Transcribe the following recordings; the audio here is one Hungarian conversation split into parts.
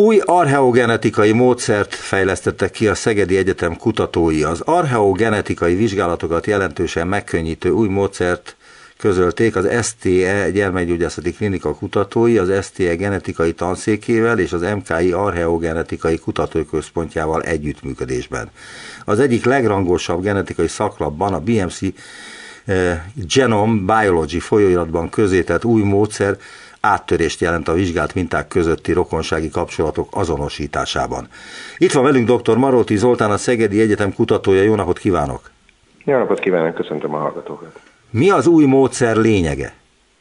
Új archeogenetikai módszert fejlesztettek ki a Szegedi Egyetem kutatói. Az archeogenetikai vizsgálatokat jelentősen megkönnyítő új módszert közölték az STE gyermekgyógyászati klinika kutatói, az STE genetikai tanszékével és az MKI archeogenetikai kutatóközpontjával együttműködésben. Az egyik legrangosabb genetikai szaklapban, a BMC Genome Biology folyóiratban közzétett új módszer áttörést jelent a vizsgált minták közötti rokonsági kapcsolatok azonosításában. Itt van velünk dr. Maróti Zoltán, a Szegedi Egyetem kutatója. Jó napot kívánok! Jó napot kívánok, köszöntöm a hallgatókat! Mi az új módszer lényege?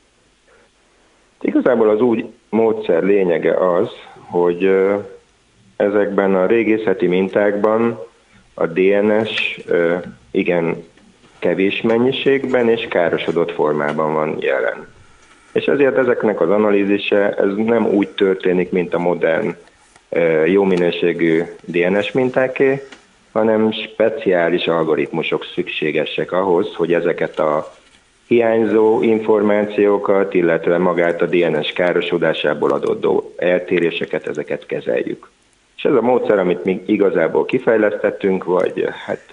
Igazából az új módszer lényege az, hogy ezekben a régészeti mintákban a DNS igen kevés mennyiségben és károsodott formában van jelen. És ezért ezeknek az analízise ez nem úgy történik, mint a modern jó minőségű DNS mintáké, hanem speciális algoritmusok szükségesek ahhoz, hogy ezeket a hiányzó információkat, illetve magát a DNS károsodásából adódó eltéréseket, ezeket kezeljük. És ez a módszer, amit mi igazából kifejlesztettünk, vagy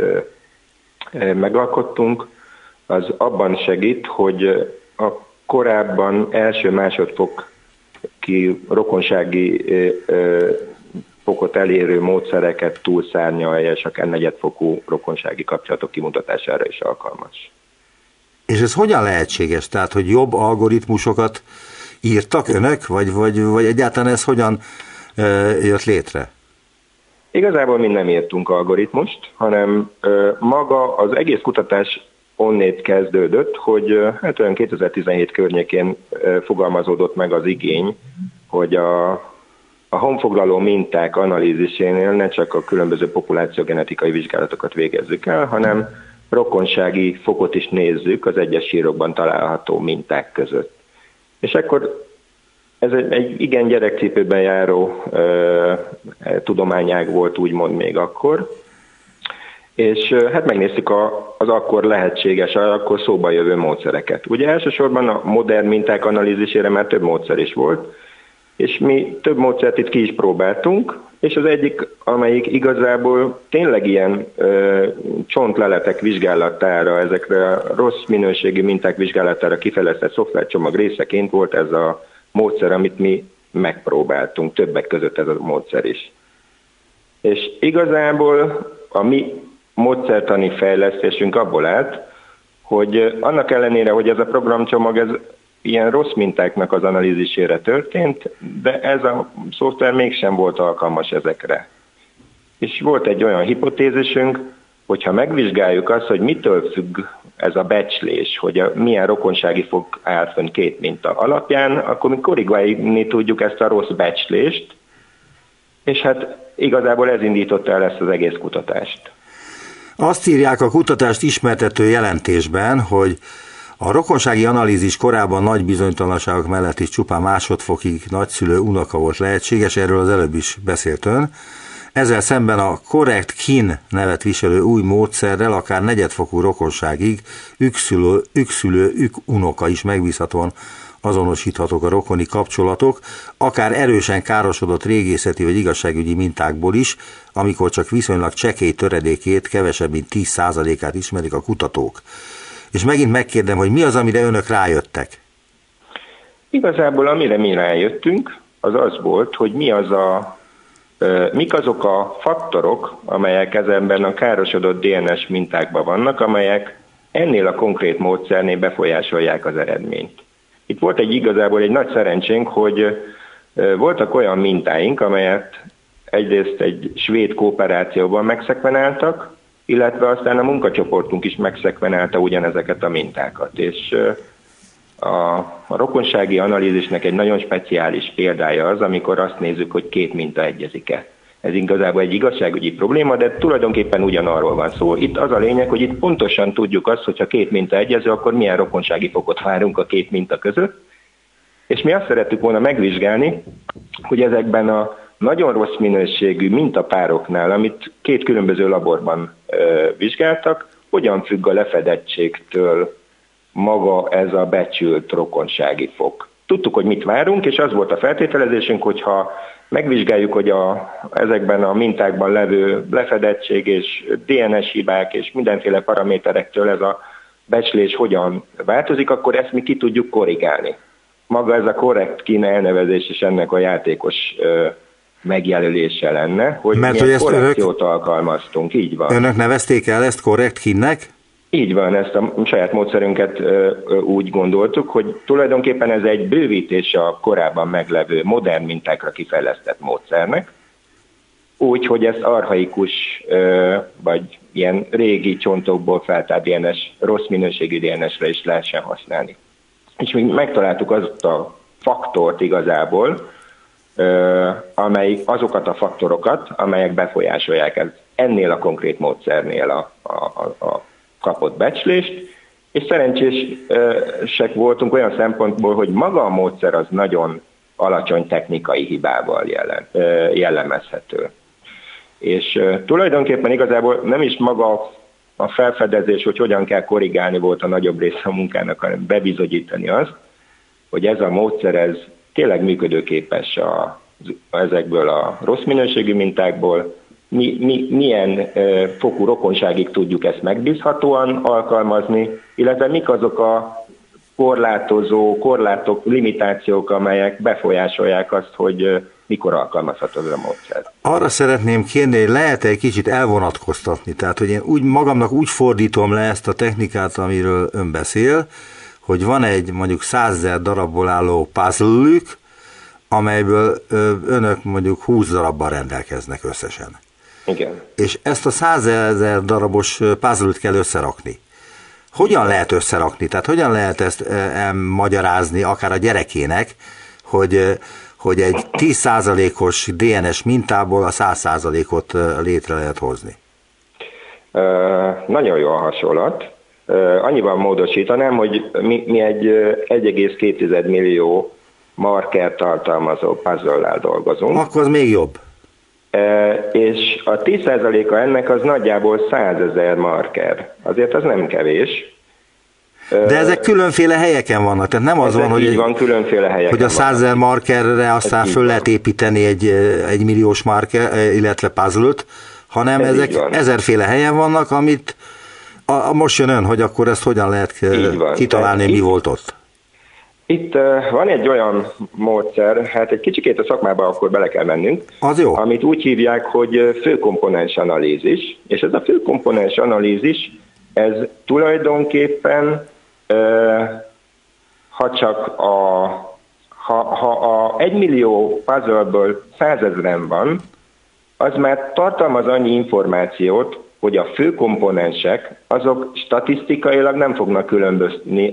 megalkottunk, az abban segít, hogy a korábban első másodfok rokonsági fokot elérő módszereket túlszárnyalja, és akár negyedfokú rokonsági kapcsolatok kimutatására is alkalmas. És ez hogyan lehetséges? Tehát, hogy jobb algoritmusokat írtak önök, vagy egyáltalán ez hogyan jött létre? Igazából mi nem írtunk algoritmust, hanem maga az egész kutatás onnét kezdődött, hogy hát olyan 2017 környékén fogalmazódott meg az igény, hogy a honfoglaló minták analízisénél ne csak a különböző populációgenetikai vizsgálatokat végezzük el, hanem rokonsági fokot is nézzük az egyes sírokban található minták között. És akkor ez egy igen gyerekcipőben járó tudományág volt, úgymond még akkor, és hát megnéztük az akkor lehetséges, akkor szóba jövő módszereket. Ugye elsősorban a modern minták analízisére már több módszer is volt, és mi több módszert itt ki is próbáltunk, és az egyik, amelyik igazából tényleg ilyen csontleletek vizsgálatára, ezekre a rossz minőségű minták vizsgálatára kifejlesztett szoftvercsomag részeként volt ez a módszer, amit mi megpróbáltunk, többek között ez a módszer is. És igazából a mi módszertani fejlesztésünk abból állt, hogy annak ellenére, hogy ez a programcsomag ez ilyen rossz mintáknak az analízisére történt, de ez a szoftver mégsem volt alkalmas ezekre. És volt egy olyan hipotézisünk, hogyha megvizsgáljuk azt, hogy mitől függ ez a becslés, hogy milyen rokonsági fok áll fönn két minta alapján, akkor mi korrigálni tudjuk ezt a rossz becslést, és hát igazából ez indította el ezt az egész kutatást. Azt írják a kutatást ismertető jelentésben, hogy a rokonsági analízis korábban nagy bizonytalanságok mellett is csupán másodfokig nagyszülő unoka volt lehetséges, erről az előbb is beszélt ön. Ezzel szemben a korrekt kin nevet viselő új módszerrel akár negyedfokú rokonságig ükszülő unoka is megbízhatóan azonosíthatók a rokoni kapcsolatok, akár erősen károsodott régészeti vagy igazságügyi mintákból is, amikor csak viszonylag csekély töredékét, kevesebb mint 10%-át ismerik a kutatók. És megint megkérdem, hogy mi az, amire önök rájöttek? Igazából amire mi rájöttünk, az az volt, hogy mik azok a faktorok, amelyek ezenben a károsodott DNS mintákban vannak, amelyek ennél a konkrét módszernél befolyásolják az eredményt. Itt volt igazából egy nagy szerencsénk, hogy voltak olyan mintáink, amelyet egyrészt egy svéd kooperációban megszekvenáltak, illetve aztán a munkacsoportunk is megszekvenálta ugyanezeket a mintákat. És a rokonsági analízisnek egy nagyon speciális példája az, amikor azt nézzük, hogy két minta egyezik-e. Ez igazából egy igazságügyi probléma, de tulajdonképpen ugyanarról van szó. Itt az a lényeg, hogy itt pontosan tudjuk azt, hogy ha két minta egyező, akkor milyen rokonsági fokot várunk a két minta között. És mi azt szerettük volna megvizsgálni, hogy ezekben a nagyon rossz minőségű mintapároknál, amit két különböző laborban vizsgáltak, hogyan függ a lefedettségtől maga ez a becsült rokonsági fok. tudtuk, hogy mit várunk, és az volt a feltételezésünk, hogyha megvizsgáljuk, hogy ezekben a mintákban levő lefedettség és DNS hibák és mindenféle paraméterektől ez a becslés hogyan változik, akkor ezt mi ki tudjuk korrigálni. Maga ez a correct key elnevezés is ennek a játékos megjelölése lenne, hogy milyen korrekciót alkalmaztunk, így van. Önök nevezték el ezt correct keynek? Így van, ezt a saját módszerünket úgy gondoltuk, hogy tulajdonképpen ez egy bővítés a korábban meglevő modern mintákra kifejlesztett módszernek, úgy, hogy ezt archaikus vagy ilyen régi csontokból feltárt DNS, rossz minőségű DNS-re is lehessen használni. És mi megtaláltuk azt a faktort igazából, azokat a faktorokat, amelyek befolyásolják ennél a konkrét módszernél a kapott becslést, és szerencsések voltunk olyan szempontból, hogy maga a módszer az nagyon alacsony technikai hibával jellemezhető. És tulajdonképpen igazából nem is maga a felfedezés, hogy hogyan kell korrigálni volt a nagyobb része a munkának, hanem bebizonyítani azt, hogy ez a módszer ez tényleg működőképes ezekből a rossz minőségű mintákból, milyen fokú rokonságig tudjuk ezt megbízhatóan alkalmazni, illetve mik azok a korlátok, limitációk, amelyek befolyásolják azt, hogy mikor alkalmazható ez a módszer. Arra szeretném kérni, hogy lehet egy kicsit elvonatkoztatni, tehát hogy én magamnak úgy fordítom le ezt a technikát, amiről ön beszél, hogy van egy mondjuk 100 000 darabból álló puzzle-ük, amelyből önök mondjuk 20 darabban rendelkeznek összesen. Igen. És ezt a 100 000 darabos puzzle-t kell összerakni. Hogyan lehet összerakni? Tehát hogyan lehet ezt elmagyarázni akár a gyerekének, hogy egy 10%-os DNS mintából a 100%-ot létre lehet hozni? Nagyon jó a hasonlat. Annyiban módosítanám, hogy mi egy 1,2 millió marker tartalmazó puzzle-lel dolgozunk. Akkor az még jobb. És a 10%-a ennek az nagyjából 100 000 marker. Azért az nem kevés. De ezek különféle helyeken vannak, tehát nem az van, hogy a 100 000 markerre aztán föl lehet építeni egy milliós marker, illetve puzzle-t, hanem ezek ezerféle helyen vannak, amit most jön ön, hogy akkor ezt hogyan lehet kitalálni, mi volt ott. Itt van egy olyan módszer, hát egy kicsikét a szakmába akkor bele kell mennünk, az jó. Amit úgy hívják, hogy főkomponens analízis, és ez a főkomponens analízis, ez tulajdonképpen, ha 1 millió puzzle-ből 100 000 van, az már tartalmaz annyi információt, hogy a fő komponensek, azok statisztikailag nem fognak különbözni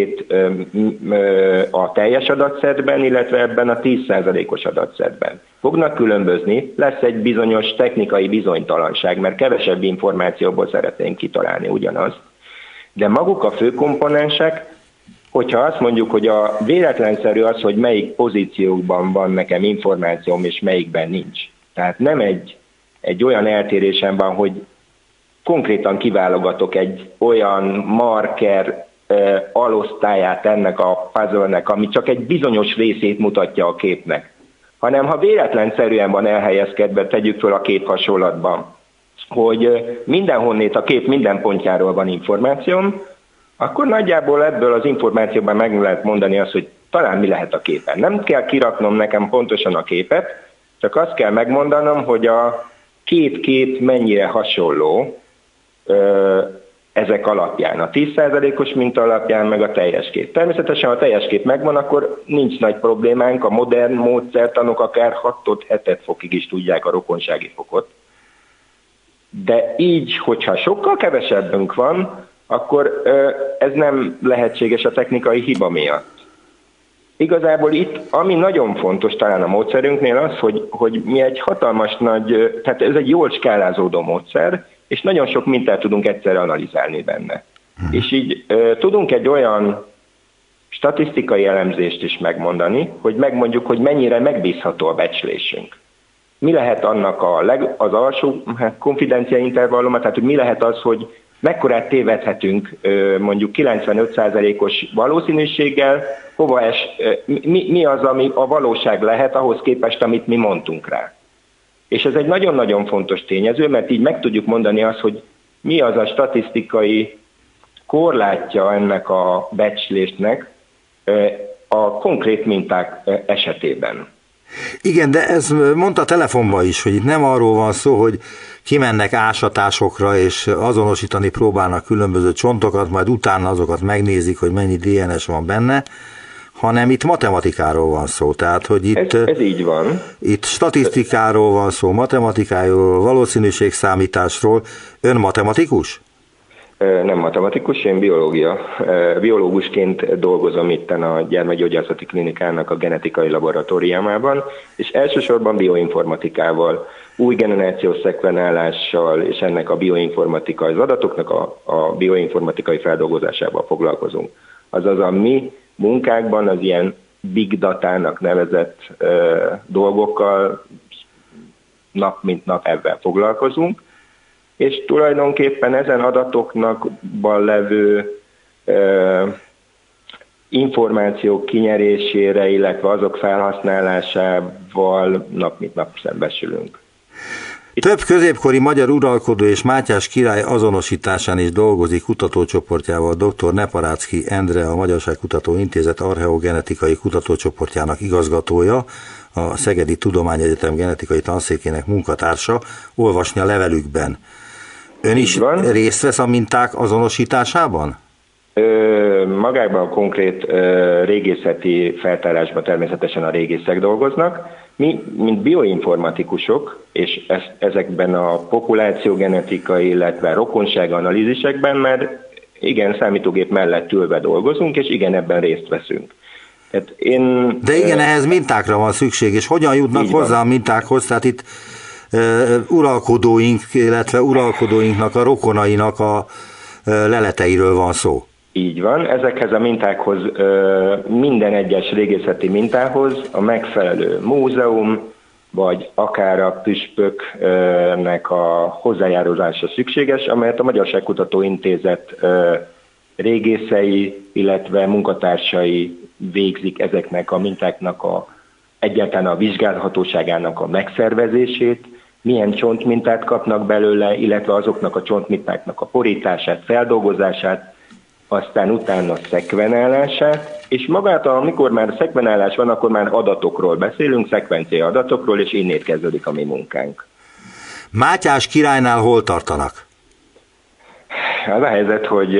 a teljes adatszetben, illetve ebben a 10%-os adatszetben. Fognak különbözni, lesz egy bizonyos technikai bizonytalanság, mert kevesebb információból szeretnénk kitalálni ugyanazt. De maguk a fő komponensek, hogyha azt mondjuk, hogy a véletlenszerű az, hogy melyik pozíciókban van nekem információm, és melyikben nincs. Tehát nem egy olyan eltérésem van, hogy konkrétan kiválogatok egy olyan marker alosztályát ennek a puzzle-nek, ami csak egy bizonyos részét mutatja a képnek, hanem ha véletlenszerűen van elhelyezkedve, tegyük föl a kép hasonlatban, hogy mindenhonnét a kép minden pontjáról van információm, akkor nagyjából ebből az információban meg lehet mondani azt, hogy talán mi lehet a képen. Nem kell kiraknom nekem pontosan a képet, csak azt kell megmondanom, hogy a két kép mennyire hasonló ezek alapján, a 10%-os minta alapján, meg a teljes kép. Természetesen, ha a teljes kép megvan, akkor nincs nagy problémánk, a modern módszertanok akár 6-7 fokig is tudják a rokonsági fokot. De így, hogyha sokkal kevesebbünk van, akkor ez nem lehetséges a technikai hiba miatt. Igazából itt, ami nagyon fontos talán a módszerünknél az, hogy mi egy hatalmas nagy, tehát ez egy jól skálázódó módszer, és nagyon sok mintát tudunk egyszerre analizálni benne. És így tudunk egy olyan statisztikai elemzést is megmondani, hogy megmondjuk, hogy mennyire megbízható a becslésünk. Mi lehet annak az alsó konfidencia intervalluma, tehát hogy mi lehet az, hogy mekkorát tévedhetünk mondjuk 95%-os valószínűséggel, mi az, ami a valóság lehet ahhoz képest, amit mi mondtunk rá. És ez egy nagyon-nagyon fontos tényező, mert így meg tudjuk mondani azt, hogy mi az a statisztikai korlátja ennek a becslésnek a konkrét minták esetében. Igen, de ez mondta telefonban is, hogy itt nem arról van szó, hogy kimennek ásatásokra, és azonosítani próbálnak különböző csontokat, majd utána azokat megnézik, hogy mennyi DNS van benne, hanem itt matematikáról van szó. Tehát, hogy itt, ez így van. Itt statisztikáról van szó, matematikáról, valószínűségszámításról. Ön matematikus? Nem matematikus, én biológusként dolgozom itten a Gyermekgyógyászati Klinikának a genetikai laboratóriumában, és elsősorban bioinformatikával, új generációs szekvenálással és ennek a bioinformatikai, az adatoknak a bioinformatikai feldolgozásával foglalkozunk. Azaz a mi munkákban az ilyen big datának nevezett dolgokkal nap mint nap ebben foglalkozunk, és tulajdonképpen ezen adatoknakban levő információk kinyerésére, illetve azok felhasználásával nap mint nap szembesülünk. Több középkori magyar uralkodó és Mátyás király azonosításán is dolgozik kutatócsoportjával dr. Neparáczky Endre, a Magyarságkutató Intézet archeogenetikai kutatócsoportjának igazgatója, a Szegedi Tudományegyetem genetikai tanszékének munkatársa, olvasni a levelükben. Ön is részt vesz a minták azonosításában? Magában a konkrét régészeti feltárásban természetesen a régészek dolgoznak. Mi, mint bioinformatikusok, és ezekben a populációgenetikai, illetve rokonság analízisekben, mert igen, számítógép mellett ülve dolgozunk, és igen, ebben részt veszünk. De igen, ehhez mintákra van szükség, és hogyan jutnak hozzá a mintákhoz? Tehát itt uralkodóink, illetve uralkodóinknak, a rokonainak a leleteiről van szó. Így van, ezekhez a mintákhoz, minden egyes régészeti mintához a megfelelő múzeum, vagy akár a püspöknek a hozzájárulása szükséges, amelyet a Magyarságkutató Intézet régészei, illetve munkatársai végzik ezeknek a mintáknak egyáltalán a vizsgálhatóságának a megszervezését, milyen csontmintát kapnak belőle, illetve azoknak a csontmintáknak a porítását, feldolgozását, aztán utána szekvenálását, és magát, amikor már szekvenálás van, akkor már adatokról beszélünk, szekvencia adatokról, és innét kezdődik a mi munkánk. Mátyás királynál hol tartanak? Az a helyzet, hogy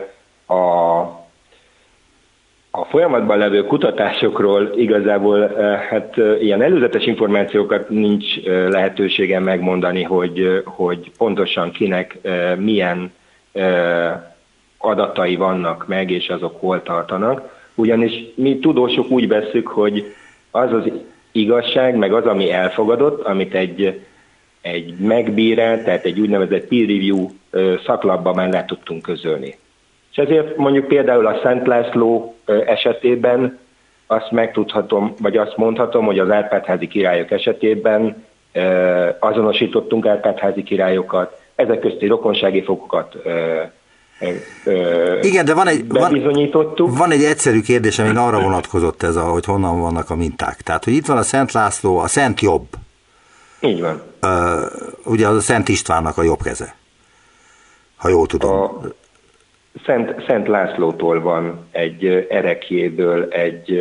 a folyamatban levő kutatásokról igazából ilyen előzetes információkat nincs lehetőségem megmondani, hogy pontosan kinek milyen adatai vannak meg, és azok hol tartanak. Ugyanis mi tudósok úgy vesszük, hogy az az igazság, meg az, ami elfogadott, amit egy megbírált, tehát egy úgynevezett peer review szaklapban már le tudtunk közölni. És ezért mondjuk például a Szent László esetében azt megtudhatom, vagy azt mondhatom, hogy az Árpád-házi királyok esetében azonosítottunk Árpád-házi királyokat, ezek közti rokonsági fokokat igen, de bebizonyítottuk. Van egy egyszerű kérdésem, még arra vonatkozott ez, hogy honnan vannak a minták. Tehát, hogy itt van a Szent László, a Szent Jobb. Így van. Ugye az a Szent Istvánnak a jobb keze, ha jól tudom. Szent Lászlótól van egy erekjéből egy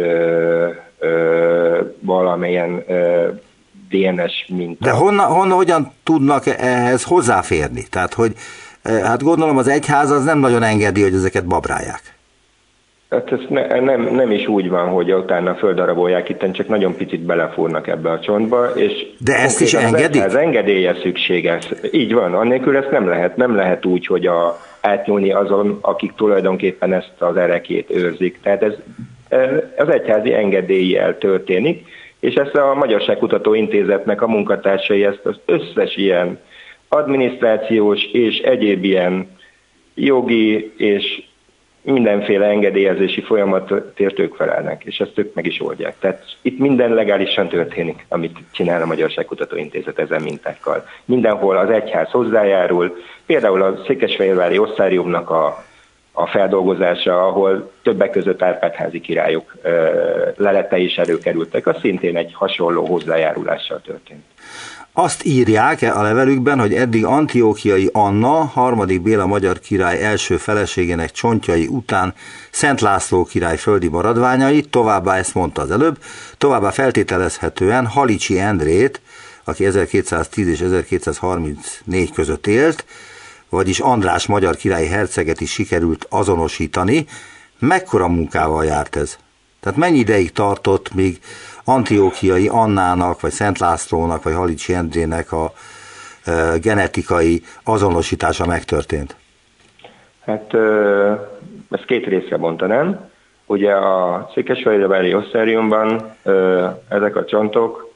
valamilyen DNS minta. De hogyan tudnak ehhez hozzáférni? Tehát, hogy hát gondolom az egyház az nem nagyon engedi, hogy ezeket babrálják. Hát ez nem is úgy van, hogy utána földarabolják, itten csak nagyon picit belefúrnak ebbe a csontba, és de ezt is engedik? Az engedélye szükséges. Így van, annélkül ezt nem lehet úgy, hogy átnyúlni azon, akik tulajdonképpen ezt az erekét őrzik. Tehát ez az egyházi engedéllyel történik, és ezt a Magyarságkutató Intézetnek a munkatársai ezt az összes ilyen adminisztrációs és egyéb ilyen jogi és mindenféle engedélyezési folyamatért ők felelnek, és ezt ők meg is oldják. Tehát itt minden legálisan történik, amit csinál a Magyarságkutató Intézet ezen mintákkal. Mindenhol az egyház hozzájárul, például a székesfehérvári osszáriumnak a feldolgozása, ahol többek között Árpád-házi királyok leletei is előkerültek, az szintén egy hasonló hozzájárulással történt. Azt írják a levelükben, hogy eddig Antiókiai Anna, harmadik Béla magyar király első feleségének csontjai után Szent László király földi maradványait, továbbá ezt mondta az előbb, továbbá feltételezhetően Halicsi Endrét, aki 1210 és 1234 között élt, vagyis András magyar király herceget is sikerült azonosítani. Mekkora munkával járt ez? Tehát mennyi ideig tartott, míg Antiókiai Annának, vagy Szent Lászlónak, vagy Halicsi Endrének a genetikai azonosítása megtörtént? Hát ezt két részre bontanám. Ugye a székesfehérvári osszáriumban ezek a csontok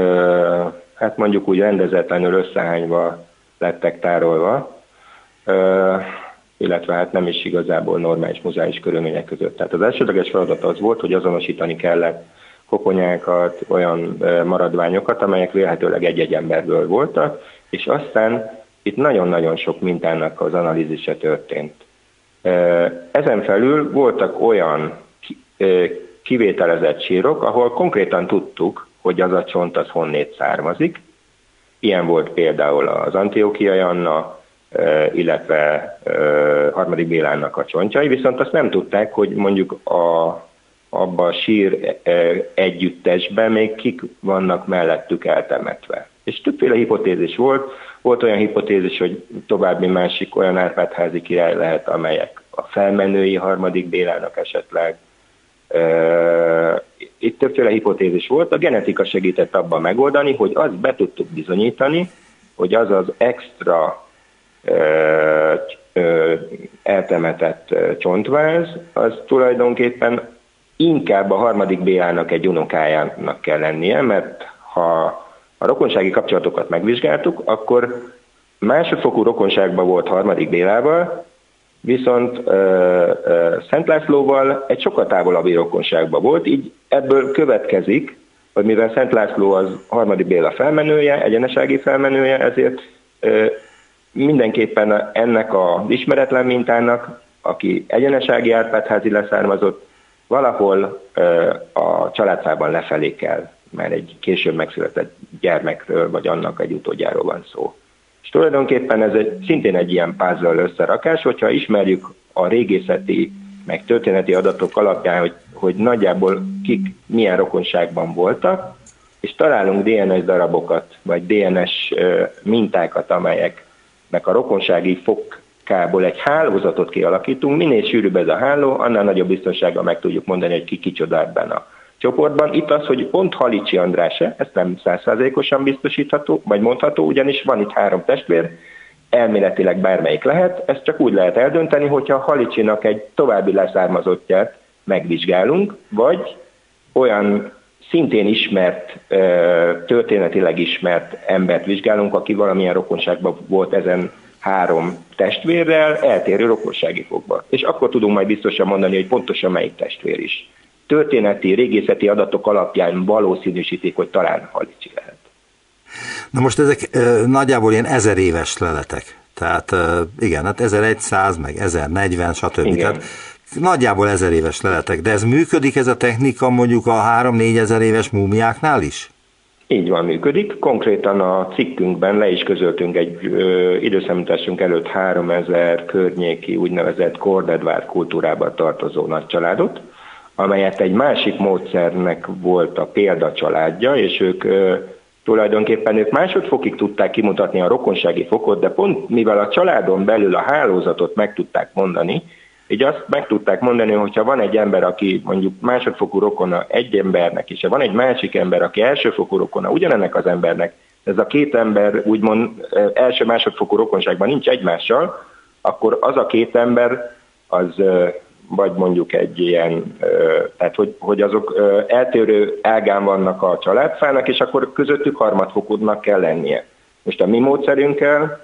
hát mondjuk úgy rendezetlenül összehányva lettek tárolva, illetve hát nem is igazából normális muzeális körülmények között. Tehát az elsődleges feladat az volt, hogy azonosítani kellett koponyákat, olyan maradványokat, amelyek vélhetőleg egy-egy emberből voltak, és aztán itt nagyon-nagyon sok mintának az analízise történt. Ezen felül voltak olyan kivételezett sírok, ahol konkrétan tudtuk, hogy az a csont az honnét származik. Ilyen volt például az Antiókiai Anna, illetve harmadik Bélának a csontjai, viszont azt nem tudták, hogy mondjuk abban a sír együttesben még kik vannak mellettük eltemetve. És többféle hipotézis volt. Volt olyan hipotézis, hogy további másik olyan Árpád-házi király lehet, amelyek a felmenői harmadik Bélának esetleg. Itt többféle hipotézis volt. A genetika segített abban megoldani, hogy azt be tudtuk bizonyítani, hogy az az extra eltemetett csontváz, az tulajdonképpen inkább a harmadik Bélának egy unokájának kell lennie, mert ha a rokonsági kapcsolatokat megvizsgáltuk, akkor másodfokú rokonságban volt harmadik Bélával, viszont Szent Lászlóval egy sokkal távolabbi rokonságban volt, így ebből következik, hogy mivel Szent László az harmadik Béla felmenője, egyenesági felmenője, ezért mindenképpen ennek az ismeretlen mintának, aki egyenesági Árpád-házi leszármazott, valahol a családfában lefelé kell, mert egy később megszületett gyermekről, vagy annak egy utódjáról van szó. És tulajdonképpen ez szintén egy ilyen puzzle összerakás, hogyha ismerjük a régészeti, meg történeti adatok alapján, hogy nagyjából kik milyen rokonságban voltak, és találunk DNS darabokat, vagy DNS mintákat, amelyeknek a rokonsági fokkából egy hálózatot kialakítunk. Minél sűrűbb ez a háló, annál nagyobb biztonsággal meg tudjuk mondani, hogy ki kicsoda ebben a csoportban. Itt az, hogy pont Halicsi András-e, ez nem 100%-osan biztosítható, vagy mondható, ugyanis van itt 3 testvér, elméletileg bármelyik lehet, ezt csak úgy lehet eldönteni, hogyha Halicsinak egy további leszármazottját megvizsgálunk, vagy olyan szintén ismert, történetileg ismert embert vizsgálunk, aki valamilyen rokonságban volt ezen 3 testvérrel, eltérő rokonsági fokban. És akkor tudunk majd biztosan mondani, hogy pontosan melyik testvér is. Történeti, régészeti adatok alapján valószínűsítik, hogy talán Halicsi lehet. Na most ezek nagyjából ilyen 1000 éves leletek. Tehát igen, hát 1100, meg 1040, stb. Igen. Tehát nagyjából 1000 éves leletek. De ez működik ez a technika mondjuk a 3-4 ezer éves múmiáknál is? Így van, működik. Konkrétan a cikkünkben le is közöltünk egy időszámításunk előtt 3000 környéki úgynevezett Kordedvár kultúrába tartozó nagycsaládot, amelyet egy másik módszernek volt a példacsaládja, és ők tulajdonképpen másodfokig tudták kimutatni a rokonsági fokot, de pont mivel a családon belül a hálózatot meg tudták mondani, így azt meg tudták mondani, hogyha van egy ember, aki mondjuk másodfokú rokona egy embernek, és van egy másik ember, aki elsőfokú rokona ugyanennek az embernek, ez a 2 ember úgymond első-másodfokú rokonságban nincs egymással, akkor az a 2 ember az vagy mondjuk egy ilyen, tehát hogy azok eltérő ágán vannak a családfának, és akkor közöttük harmadfokúnak kell lennie. Most a mi módszerünkkel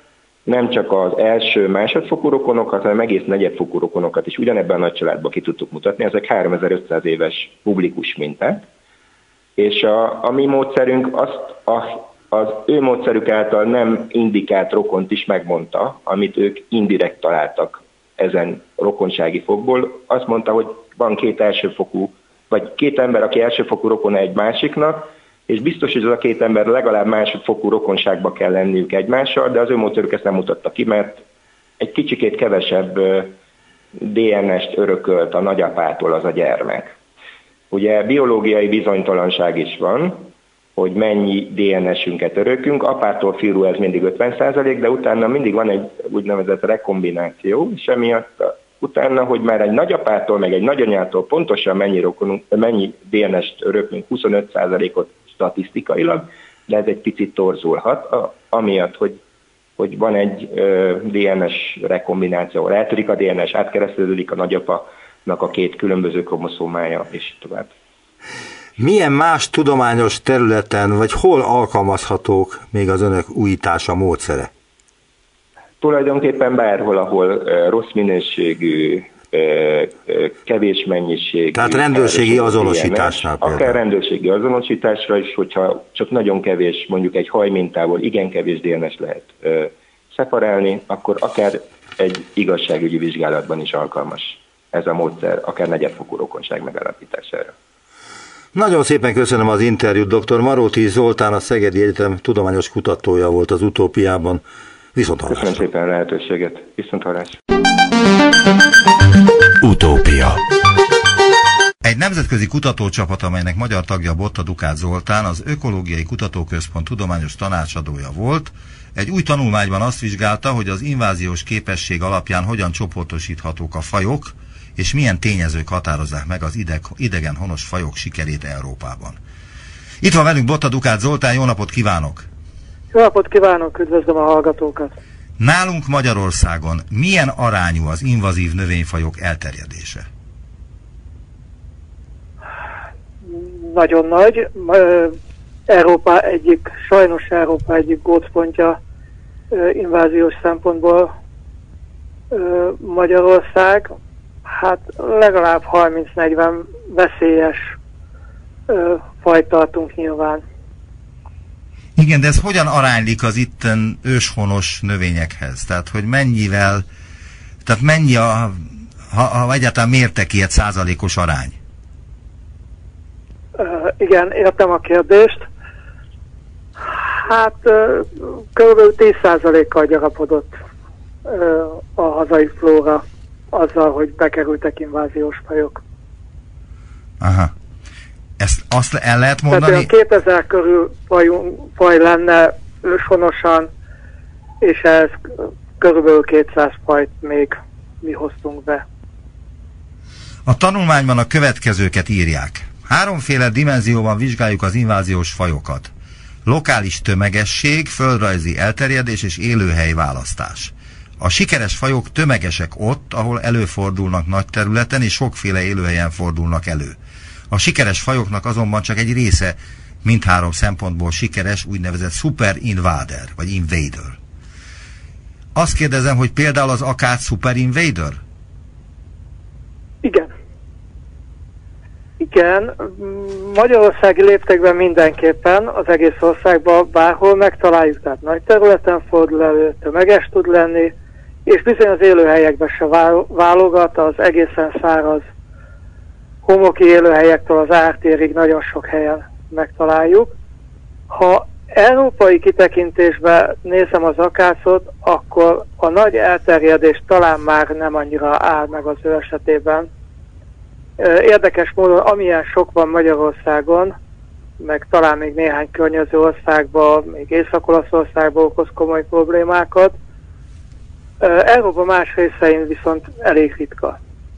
nem csak az első, másodfokú rokonokat, hanem egész negyedfokú rokonokat is ugyanebben a nagy családban ki tudtuk mutatni. Ezek 3500 éves publikus minták, és a mi módszerünk az ő módszerük által nem indikált rokont is megmondta, amit ők indirekt találtak ezen rokonsági fokból. Azt mondta, hogy van két ember, aki elsőfokú rokona egy másiknak, és biztos, hogy az a két ember legalább másodfokú rokonságba kell lenniük egymással, de az ő módszerük ezt nem mutatta ki, mert egy kicsikét kevesebb DNS-t örökölt a nagyapától az a gyermek. Ugye biológiai bizonytalanság is van, hogy mennyi DNS-ünket örökünk, apától fiúról ez mindig 50%, de utána mindig van egy úgynevezett rekombináció, és emiatt utána, hogy már egy nagyapától, meg egy nagyanyától pontosan mennyi DNS-t örökünk, 25%-ot statisztikailag, de ez egy picit torzulhat, amiatt, hogy van egy DNS rekombináció, ahol eltörik a DNS, átkereszteződik a nagyapanak a két különböző kromoszómája, és tovább. Milyen más tudományos területen, vagy hol alkalmazhatók még az önök újítása, módszere? Tulajdonképpen bárhol, ahol rossz minőségű, kevés mennyiségű. Tehát rendőrségi azonosításnál például. Akár rendőrségi azonosításra is, hogyha csak nagyon kevés, mondjuk egy hajmintából igen kevés DNS lehet szeparálni, akkor akár egy igazságügyi vizsgálatban is alkalmas ez a módszer, akár negyedfokú rokonság megállapítására. Nagyon szépen köszönöm az interjút. Dr. Maróti Zoltán, a Szegedi Egyetem tudományos kutatója volt az Utópiában. Viszonthallásra. Köszönöm szépen a lehetőséget. Viszonthallásra. Utópia. Egy nemzetközi kutatócsapat, amelynek magyar tagja Botta Dukát Zoltán, az Ökológiai Kutatóközpont tudományos tanácsadója volt, egy új tanulmányban azt vizsgálta, hogy az inváziós képesség alapján hogyan csoportosíthatók a fajok, és milyen tényezők határozzák meg az idegen honos fajok sikerét Európában. Itt van velünk Botta Dukát Zoltán, jó napot kívánok! Jó napot kívánok, üdvözlöm a hallgatókat! Nálunk Magyarországon milyen arányú az invazív növényfajok elterjedése? Nagyon nagy. Sajnos Európa egyik gócpontja inváziós szempontból Magyarország. Hát legalább 30-40 veszélyes fajt tartunk nyilván. Igen, de ez hogyan aránylik az itten őshonos növényekhez? Tehát, hogy mennyi ha egyáltalán mértek ki egy százalékos arány? Igen, értem a kérdést. Hát kb. 10%-kal gyarapodott a hazai flóra azzal, hogy bekerültek inváziós fajok. Aha. Ezt azt el lehet mondani? Tehát 2000 körül faj lenne őshonosan, és ez körülbelül 200 fajt még mi hoztunk be. A tanulmányban a következőket írják. 3 dimenzióban vizsgáljuk az inváziós fajokat. Lokális tömegesség, földrajzi elterjedés és élőhely választás. A sikeres fajok tömegesek ott, ahol előfordulnak nagy területen, és sokféle élőhelyen fordulnak elő. A sikeres fajoknak azonban csak egy része mindhárom szempontból sikeres, úgynevezett super invader, vagy invader. Azt kérdezem, hogy például az akác super invader? Igen. Igen, magyarországi léptékben mindenképpen az egész országban bárhol megtaláljuk, tehát nagy területen fordul elő, tömeges tud lenni, és bizony az élőhelyekben se válogat, az egészen száraz homoki élőhelyektől az ártérig nagyon sok helyen megtaláljuk. Ha európai kitekintésben nézem az akácot, akkor a nagy elterjedés talán már nem annyira áll meg az ő esetében. Érdekes módon, amilyen sok van Magyarországon, meg talán még néhány környező országban, még Észak-Olaszországban okoz komoly problémákat, Európa más részein viszont elég ritka.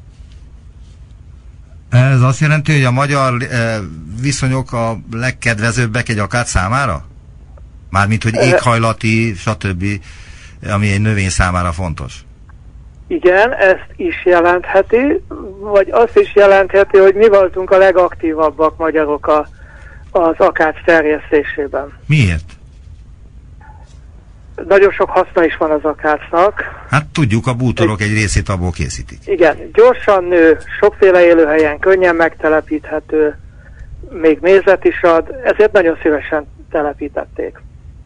Ez azt jelenti, hogy a magyar viszonyok a legkedvezőbbek egy akác számára? Mármint, hogy éghajlati, stb., ami egy növény számára fontos. Igen, ezt is jelentheti, vagy azt is jelentheti, hogy mi voltunk a legaktívabbak magyarok az akác terjesztésében. Miért? nagyon sok haszna is van az akácnak. Hát tudjuk, a bútorok egy részét abból készítik. Igen, gyorsan nő, sokféle élőhelyen, könnyen megtelepíthető, még mézet is ad, ezért nagyon szívesen telepítették.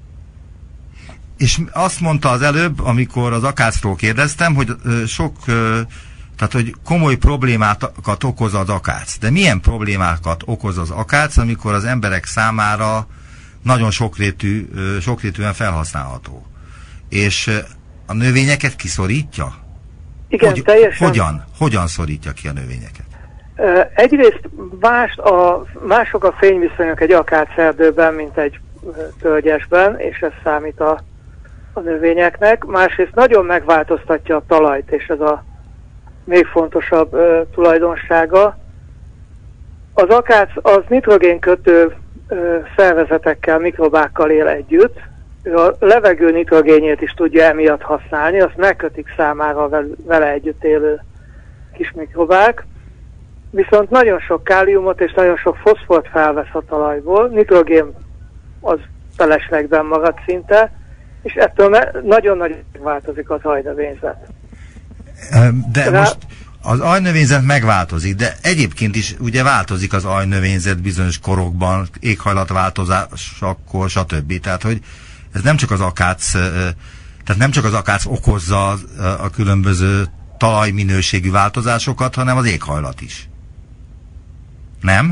És azt mondta az előbb, amikor az akácról kérdeztem, hogy tehát hogy komoly problémákat okoz az akác. De milyen problémákat okoz az akác, amikor az emberek számára nagyon sokrétűen felhasználható? És a növényeket kiszorítja? Igen, teljesen. Hogyan szorítja ki a növényeket? Egyrészt mások a fényviszonyok egy akácerdőben, mint egy tölgyesben, és ez számít a növényeknek. Másrészt nagyon megváltoztatja a talajt, és ez a még fontosabb tulajdonsága. Az akác az nitrogénkötő szervezetekkel, mikrobákkal él együtt. Ő a levegő nitrogénjét is tudja emiatt használni, azt megkötik számára vele együtt élő kis mikrobák. Viszont nagyon sok káliumot és nagyon sok foszfort felvesz a talajból, nitrogén az feleslegben marad szinte, és ettől nagyon-nagyon változik az ajnövényzet. De most az ajnövényzet megváltozik, de egyébként is ugye változik az ajnövényzet bizonyos korokban, éghajlatváltozásakkor, stb. Tehát, hogy ez nem csak az akác, tehát nem csak az akác okozza a különböző talajminőségű változásokat, hanem az éghajlat is. Nem?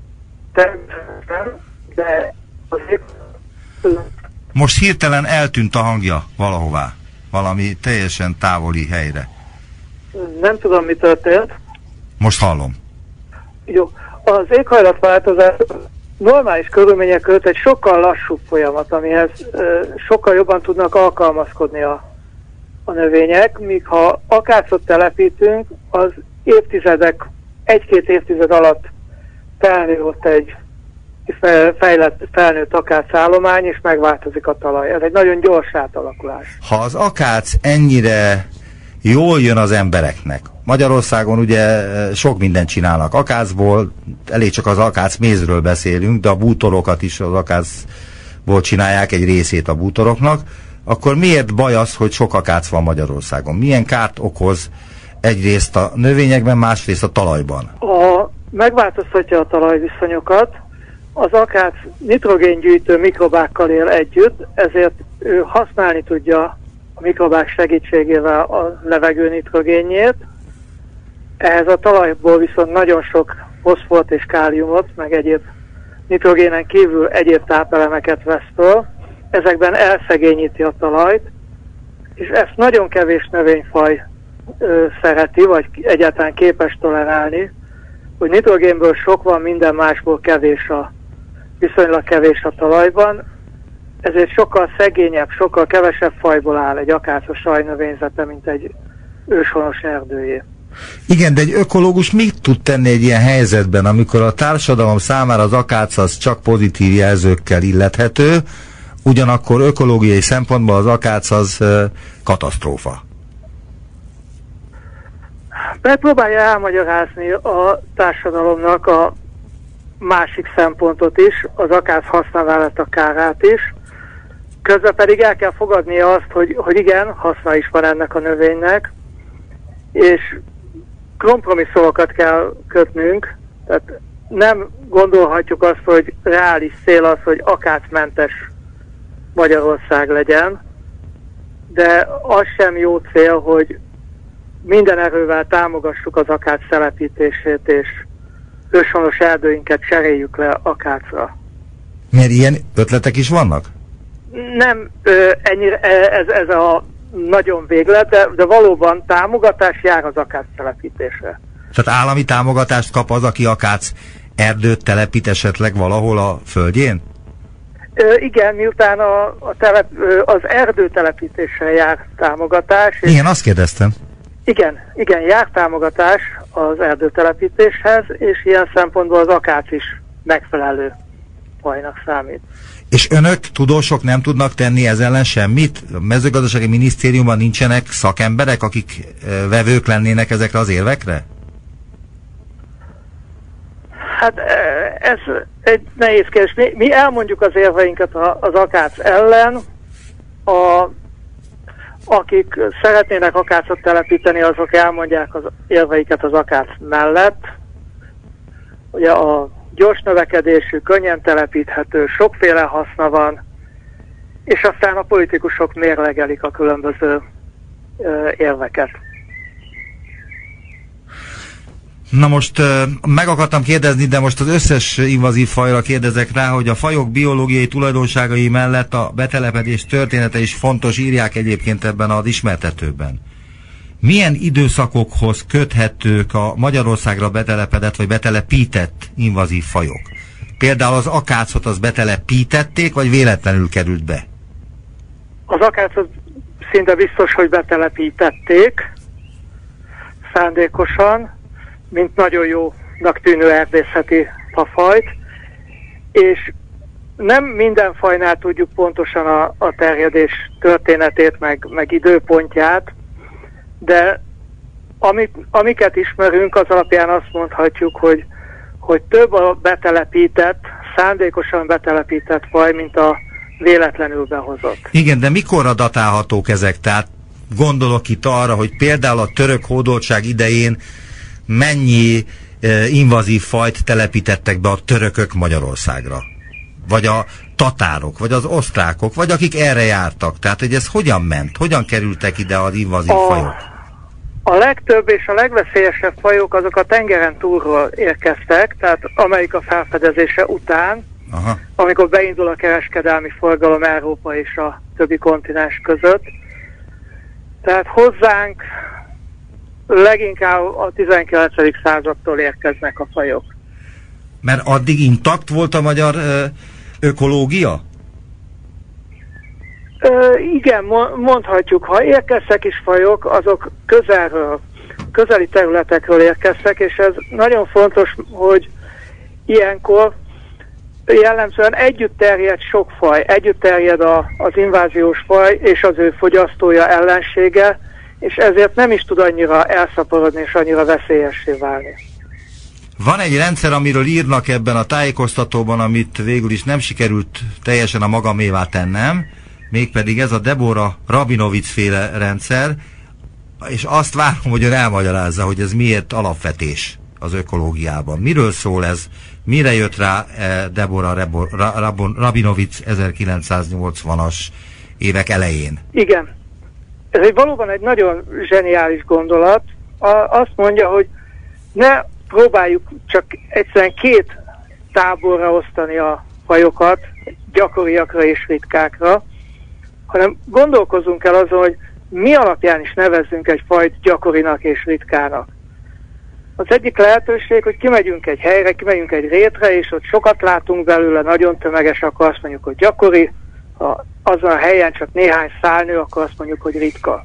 De most hirtelen eltűnt a hangja valahová, valami teljesen távoli helyre. Nem tudom, mi történt. Most hallom. Jó. Az éghajlatváltozás normális körülmények között egy sokkal lassúbb folyamat, amihez sokkal jobban tudnak alkalmazkodni a növények, míg ha akácot telepítünk, az egy-két évtized alatt felnő ott egy felnőtt akácállomány, és megváltozik a talaj. Ez egy nagyon gyors átalakulás. Ha az akác ennyire jól jön az embereknek, Magyarországon ugye sok mindent csinálnak akácból, elég csak az akác mézről beszélünk, de a bútorokat is az akácból csinálják, egy részét a bútoroknak, akkor miért baj az, hogy sok akác van Magyarországon? Milyen kárt okoz egyrészt a növényekben, másrészt a talajban? Megváltoztatja a talajviszonyokat, az akác nitrogéngyűjtő mikrobákkal él együtt, ezért ő használni tudja a mikrobák segítségével a levegő nitrogénjét. Ehhez a talajból viszont nagyon sok foszfort és káliumot, meg egyéb nitrogénen kívül egyéb tápelemeket vesz föl. Ezekben elszegényíti a talajt, és ezt nagyon kevés növényfaj szereti, vagy egyáltalán képes tolerálni, hogy nitrogénből sok van, minden másból viszonylag kevés a talajban, ezért sokkal szegényebb, sokkal kevesebb fajból áll egy akácos sajnövényzete, mint egy őshonos erdőjé. Igen, de egy ökológus mit tud tenni egy ilyen helyzetben, amikor a társadalom számára az akác az csak pozitív jelzőkkel illethető, ugyanakkor ökológiai szempontból az akác az katasztrófa? Megpróbálja elmagyarázni a társadalomnak a másik szempontot is, az akác használat a kárát is. Közben pedig el kell fogadnia azt, hogy igen, haszna is van ennek a növénynek, és kompromisszumokat kell kötnünk, tehát nem gondolhatjuk azt, hogy reális cél az, hogy akácmentes Magyarország legyen, de az sem jó cél, hogy minden erővel támogassuk az akác telepítését, és őshonos erdőinket cseréljük le akácra. Mert ilyen ötletek is vannak? Nem ennyire, ez a nagyon véglet, de valóban támogatás jár az akác telepítésre. Tehát állami támogatást kap az, aki akác erdőt telepít esetleg valahol a földjén? Igen, miután az erdő telepítéssel jár támogatás. Igen, azt kérdeztem. Igen, jár támogatás az erdőtelepítéshez, és ilyen szempontból az akác is megfelelő fajnak számít. És önök, tudósok nem tudnak tenni ez ellen semmit? A mezőgazdasági minisztériumban nincsenek szakemberek, akik vevők lennének ezekre az érvekre? Hát ez egy nehéz kérdés. Mi elmondjuk az érveinket az akác ellen, akik szeretnének akácot telepíteni, azok elmondják az érveiket az akác mellett. Ugye a gyors növekedésű, könnyen telepíthető, sokféle haszna van, és aztán a politikusok mérlegelik a különböző érveket. Na most meg akartam kérdezni, de most az összes invazív fajra kérdezek rá, hogy a fajok biológiai tulajdonságai mellett a betelepedés története is fontos, írják egyébként ebben az ismertetőben. Milyen időszakokhoz köthetők a Magyarországra betelepedett vagy betelepített invazív fajok? Például az akácot az betelepítették, vagy véletlenül került be? Az akácot szinte biztos, hogy betelepítették szándékosan, mint nagyon jónak tűnő erdészeti fafajt, és nem minden fajnál tudjuk pontosan a terjedés történetét, meg időpontját, de amiket ismerünk, az alapján azt mondhatjuk, hogy több a betelepített, szándékosan betelepített faj, mint a véletlenül behozott. Igen, de mikorra datálhatók ezek? Tehát gondolok itt arra, hogy például a török hódoltság idején mennyi invazív fajt telepítettek be a törökök Magyarországra? Vagy a tatárok, vagy az osztrákok, vagy akik erre jártak? Tehát, hogy ez hogyan ment? Hogyan kerültek ide az invazív fajok? A legtöbb és a legveszélyesebb fajok azok a tengeren túlról érkeztek, tehát Amerika felfedezése után, amikor beindul a kereskedelmi forgalom Európa és a többi kontinens között. Tehát hozzánk leginkább a 19. századtól érkeznek a fajok. Mert addig intakt volt a magyar ökológia? Igen, mondhatjuk, ha érkeztek is fajok, azok közeli területekről érkeztek, és ez nagyon fontos, hogy ilyenkor jellemzően együtt terjed sok faj, együtt terjed az inváziós faj és az ő fogyasztója, ellensége, és ezért nem is tud annyira elszaporodni és annyira veszélyessé válni. Van egy rendszer, amiről írnak ebben a tájékoztatóban, amit végül is nem sikerült teljesen a magamévá tennem, mégpedig ez a Deborah Rabinowitz féle rendszer, és azt várom, hogy ön elmagyarázza, hogy ez miért alapvetés az ökológiában. Miről szól ez? Mire jött rá Deborah Rabinowitz 1980-as évek elején? Igen. Ez valóban egy nagyon zseniális gondolat. Azt mondja, hogy ne próbáljuk csak egyszerűen két táborra osztani a fajokat, gyakoriakra és ritkákra, hanem gondolkozzunk el azon, hogy mi alapján is nevezzünk egy fajt gyakorinak és ritkának. Az egyik lehetőség, hogy kimegyünk egy helyre, kimegyünk egy rétre, és ott sokat látunk belőle, nagyon tömeges, akkor azt mondjuk, hogy gyakori, ha azon a helyen csak néhány szál nő, akkor azt mondjuk, hogy ritka.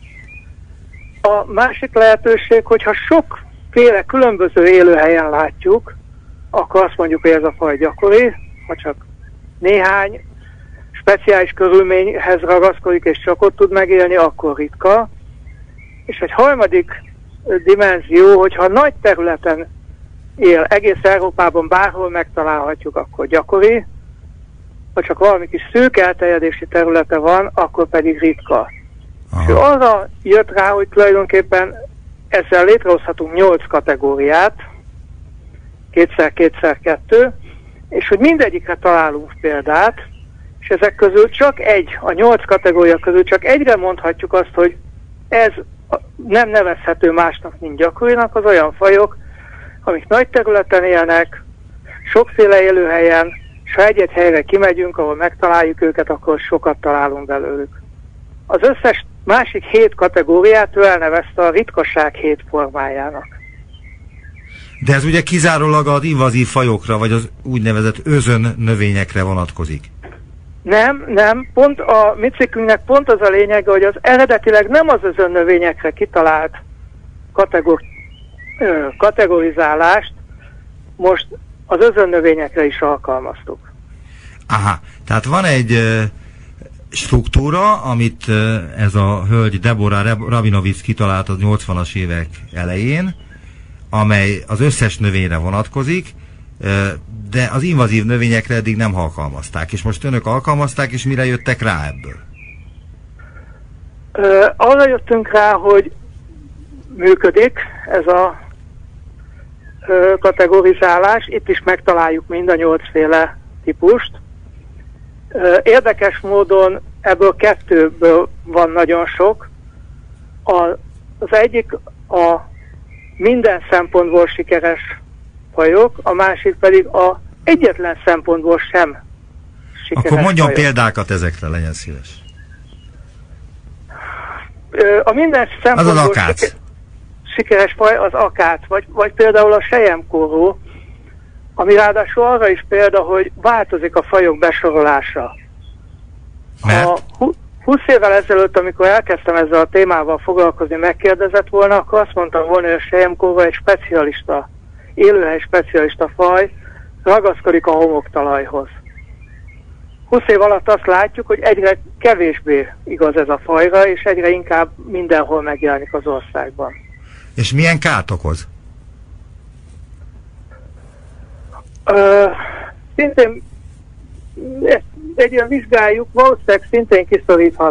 A másik lehetőség, hogyha sokféle különböző élőhelyen látjuk, akkor azt mondjuk, hogy ez a faj gyakori, ha csak néhány speciális körülményhez ragaszkodik, és csak ott tud megélni, akkor ritka. És egy harmadik dimenzió, hogyha nagy területen él, egész Európában bárhol megtalálhatjuk, akkor gyakori, ha csak valami kis szűk elterjedési területe van, akkor pedig ritka. És arra jött rá, hogy tulajdonképpen ezzel létrehozhatunk 8 kategóriát, 2x2x2, és hogy mindegyikre találunk példát, és ezek közül csak a 8 kategória közül csak egyre mondhatjuk azt, hogy ez nem nevezhető másnak, mint gyakorinak, az olyan fajok, amik nagy területen élnek, sokféle élőhelyen, és ha egy-egy helyre kimegyünk, ahol megtaláljuk őket, akkor sokat találunk belőlük. Az összes másik 7 kategóriát ő elnevezte a ritkaság 7 formájának. De ez ugye kizárólag az invazív fajokra, vagy az úgynevezett özön növényekre vonatkozik? Nem. Pont a mi cikkünknek pont az a lényege, hogy az eredetileg nem az özön növényekre kitalált kategorizálást most az özön növényekre is alkalmaztuk. Aha, tehát van egy struktúra, amit ez a hölgy Deborah Rabinowitz kitalált az 80-as évek elején, amely az összes növényre vonatkozik, de az invazív növényekre eddig nem alkalmazták, és most önök alkalmazták, és mire jöttek rá ebből? Arra jöttünk rá, hogy működik ez a kategorizálás, itt is megtaláljuk mind a 8 féle típust. Érdekes módon ebből 2-ből van nagyon sok. Az egyik a minden szempontból sikeres fajok, a másik pedig a egyetlen szempontból sem sikeres. Akkor mondjon fajok. példákat ezekre, legyen szíves. A minden szempontból az akác. Sikeres faj az akác, vagy például a selyemkóró, ami ráadásul arra is példa, hogy változik a fajok besorolása. Mert? 20 évvel ezelőtt, amikor elkezdtem ezzel a témával foglalkozni, megkérdezett volna, akkor azt mondtam volna, hogy a selyemkóró egy specialista, élőhely specialista faj, ragaszkodik a homoktalajhoz. 20 év alatt azt látjuk, hogy egyre kevésbé igaz ez a fajra, és egyre inkább mindenhol megjelenik az országban. És milyen kárt okoz? Szintén egy ilyen vizsgáljuk, valószínűleg szintén kiszoríthat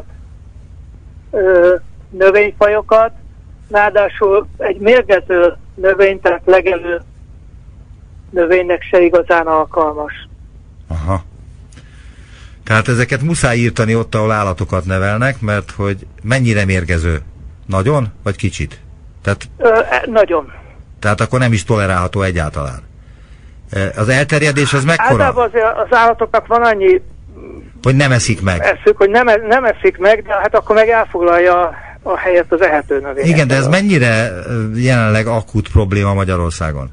növényfajokat, ráadásul egy mérgező növény, tehát legelő növénynek se igazán alkalmas. Aha. Tehát ezeket muszáj írtani ott, ahol állatokat nevelnek, mert hogy mennyire mérgező? Nagyon? Vagy kicsit? Tehát, nagyon. Tehát akkor nem is tolerálható egyáltalán. Az elterjedés az mekkora? Általában az állatoknak van annyi hogy nem eszik meg. eszük, hogy nem eszik meg, de hát akkor meg elfoglalja a helyet az ehető növény. Igen, de ez mennyire jelenleg akut probléma Magyarországon?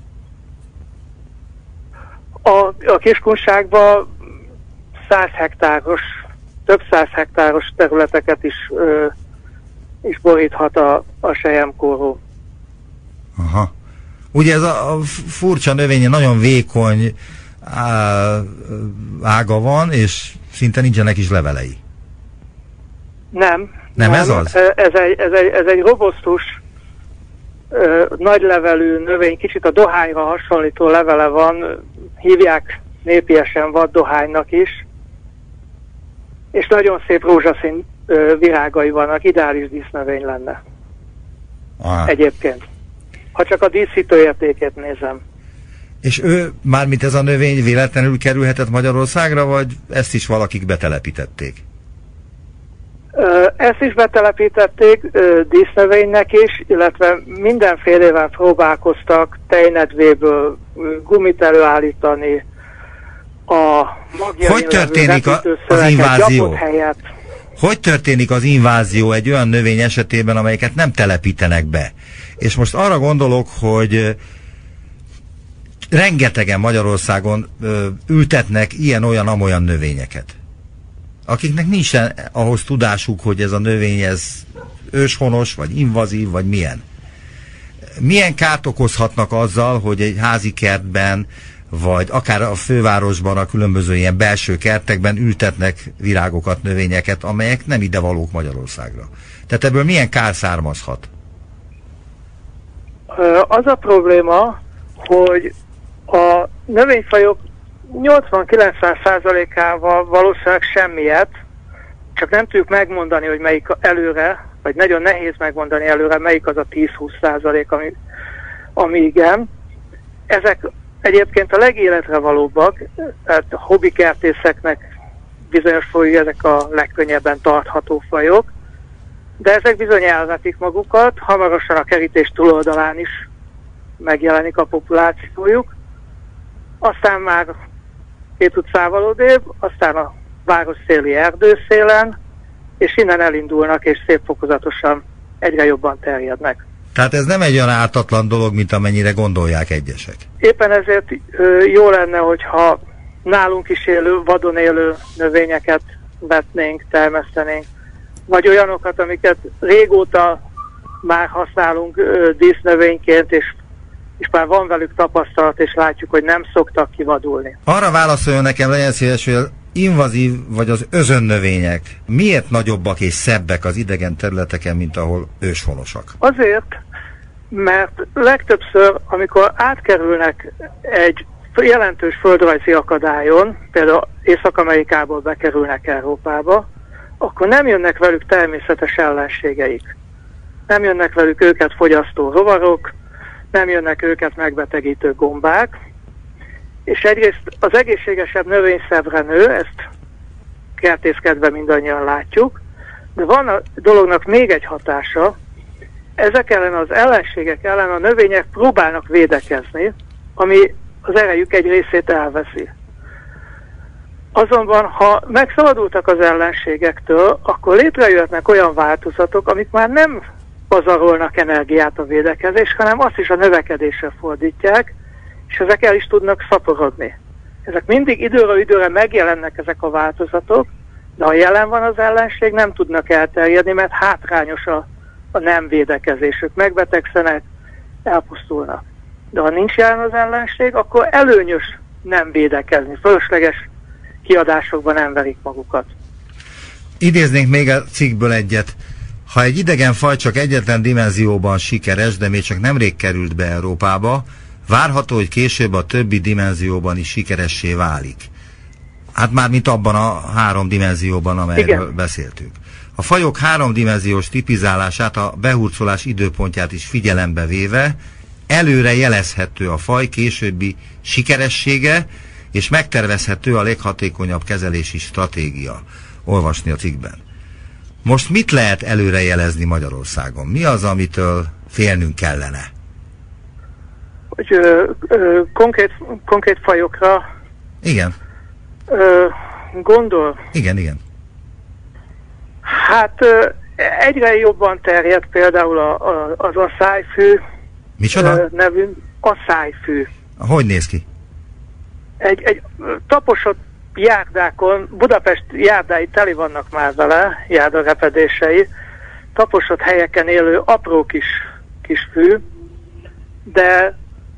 A Kiskunságban 100 hektáros, több 100 hektáros területeket is boríthat a selyemkóró. Aha. Ugye ez a furcsa növény, nagyon vékony ága van, és szinte nincsenek is levelei. Nem ez az? Ez egy robosztus, nagylevelű növény, kicsit a dohányra hasonlító levele van, hívják népiesen vaddohánynak is, és nagyon szép rózsaszín virágai vannak, ideális dísznövény lenne. Aha. Egyébként. Ha csak a díszítő értékét nézem. És ő, mármint ez a növény véletlenül kerülhetett Magyarországra, vagy ezt is valakik betelepítették? Ezt is betelepítették dísznövénynek is, illetve mindenfélével próbálkoztak tejnedvéből gumit előállítani, a magjai hogy történik az invázió? Hogy történik az invázió egy olyan növény esetében, amelyeket nem telepítenek be? És most arra gondolok, hogy rengetegen Magyarországon ültetnek ilyen-olyan-amolyan növényeket, akiknek nincsen ahhoz tudásuk, hogy ez a növény ez őshonos, vagy invazív, vagy milyen. Milyen kárt okozhatnak azzal, hogy egy házi kertben, vagy akár a fővárosban, a különböző ilyen belső kertekben ültetnek virágokat, növényeket, amelyek nem idevalók Magyarországra. Tehát ebből milyen kár származhat? Az a probléma, hogy a növényfajok 80-90%-ával valószínűleg semmiet, csak nem tudjuk megmondani, hogy melyik előre, vagy nagyon nehéz megmondani előre, melyik az a 10-20%, ami igen. Ezek egyébként a legéletre valóbbak, tehát a hobbikertészeknek bizonyos fajok, ezek a legkönnyebben tartható fajok, de ezek bizony elvetik magukat, hamarosan a kerítés túloldalán is megjelenik a populációjuk, aztán már 2 utcával odébb, aztán a város széli erdőszélen, és innen elindulnak, és szép fokozatosan egyre jobban terjednek. Tehát ez nem egy olyan ártatlan dolog, mint amennyire gondolják egyesek. Éppen ezért jó lenne, hogyha nálunk is élő, vadon élő növényeket vetnénk, termesztenénk, vagy olyanokat, amiket régóta már használunk dísznövényként, és már van velük tapasztalat, és látjuk, hogy nem szoktak kivadulni. Arra válaszoljon nekem, legyen szíves, hogy az invazív vagy az özönnövények miért nagyobbak és szebbek az idegen területeken, mint ahol őshonosak? Azért, mert legtöbbször, amikor átkerülnek egy jelentős földrajzi akadályon, például Észak-Amerikából bekerülnek Európába, akkor nem jönnek velük természetes ellenségeik. Nem jönnek velük őket fogyasztó rovarok, nem jönnek őket megbetegítő gombák, és egyrészt az egészségesebb növényszevre nő, ezt kertészkedve mindannyian látjuk, de van a dolognak még egy hatása, ezek ellen az ellenségek ellen a növények próbálnak védekezni, ami az erejük egy részét elveszi. Azonban, ha megszabadultak az ellenségektől, akkor létrejöhetnek olyan változatok, amik már nem pazarolnak energiát a védekezés, hanem azt is a növekedésre fordítják, és ezek el is tudnak szaporodni. Ezek mindig időről időre megjelennek ezek a változatok, de ha jelen van az ellenség, nem tudnak elterjedni, mert hátrányos a nem védekezés. Ők megbetegszenek, elpusztulnak. De ha nincs jelen az ellenség, akkor előnyös nem védekezni. Fölösleges kiadásokban nem verik magukat. Idéznénk még a cikkből egyet. Ha egy idegen faj csak egyetlen dimenzióban sikeres, de még csak nemrég került be Európába, várható, hogy később a többi dimenzióban is sikeressé válik. Hát már mint abban a 3 dimenzióban, amelyről beszéltünk. A fajok 3-dimenziós tipizálását, a behurcolás időpontját is figyelembe véve előre jelezhető a faj későbbi sikeressége, és megtervezhető a leghatékonyabb kezelési stratégia. Olvasni a cikkben. Most mit lehet előre jelezni Magyarországon? Mi az, amitől félnünk kellene? Hogy konkrét fajokra igen. Gondol? Igen. Hát egyre jobban terjed például az asszályfű. Micsoda? Nevű asszályfű. Hogy néz ki? Egy taposott járdákon, Budapest járdái teli vannak már vele, járdarepedései, taposott helyeken élő apró kis fű, de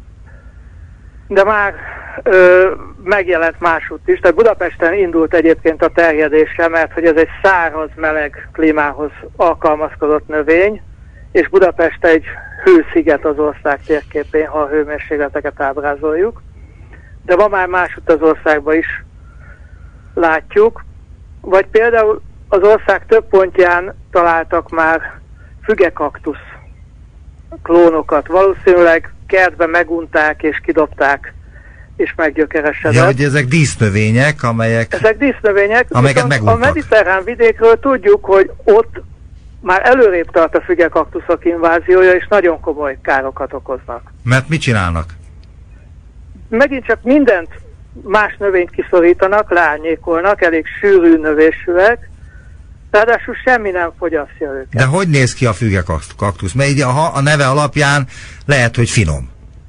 már megjelent másutt is. Tehát Budapesten indult egyébként a terjedése, mert hogy ez egy száraz, meleg klímához alkalmazkodott növény, és Budapest egy hősziget az ország térképén, ha a hőmérsékleteket ábrázoljuk. De ma már másutt az országban is látjuk. Vagy például az ország több pontján találtak már fügekaktusz klónokat. Valószínűleg kertben megunták és kidobták, és meggyökeresedett. Ja, hogy ezek dísznövények, amelyeket meguntak. A mediterrán vidékről tudjuk, hogy ott már előrébb tart a fügekaktuszok inváziója, és nagyon komoly károkat okoznak. Mert mit csinálnak? Megint csak mindent, más növényt kiszorítanak, leárnyékolnak, elég sűrű növésűek, ráadásul semmi nem fogyasztja őket. De hogy néz ki a fügekaktusz? Mert így a neve alapján lehet, hogy finom.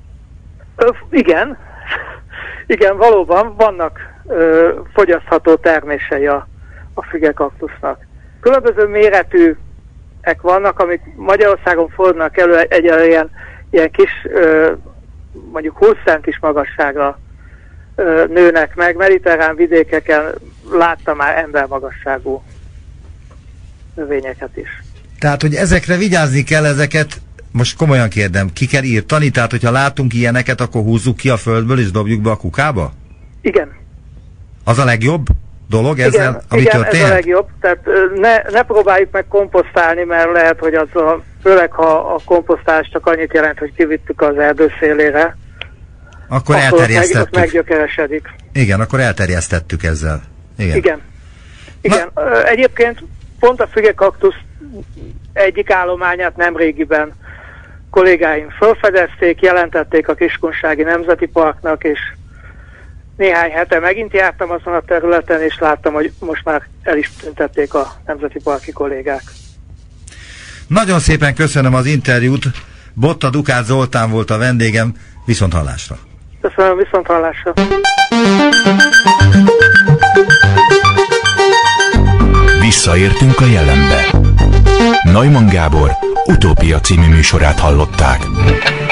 Igen, valóban vannak fogyasztható termései a fügekaktusznak. Különböző méretűek vannak, amik Magyarországon fordulnak elő egy ilyen kis, mondjuk 20 centis magasságra nőnek meg. Mediterrán vidékeken láttam már embermagasságú növényeket is. Tehát, hogy ezekre vigyázni kell, ezeket, most komolyan kérdem, ki kell írtani? Tehát, hogyha látunk ilyeneket, akkor húzzuk ki a földből és dobjuk be a kukába? Igen. Az a legjobb dolog ezzel, ami történt? Igen, ez a legjobb. Tehát ne próbáljuk meg komposztálni, mert lehet, hogy azzal, főleg ha a komposztálás csak annyit jelent, hogy kivittük az erdő szélére, akkor elterjesztettük. Ott meggyökeresedik. Igen, akkor elterjesztettük ezzel. Igen. Egyébként pont a fügekaktusz egyik állományát nemrégiben kollégáim felfedezték, jelentették a Kiskunsági Nemzeti Parknak, és néhány hete megint jártam azon a területen, és láttam, hogy most már el is tüntették a nemzeti parki kollégák. Nagyon szépen köszönöm az interjút. Botta Dukát Zoltán volt a vendégem. Viszonthallásra. Köszönöm, viszonthallásra. Visszaértünk a jelenbe. Neumann Gábor Utópia című műsorát hallották.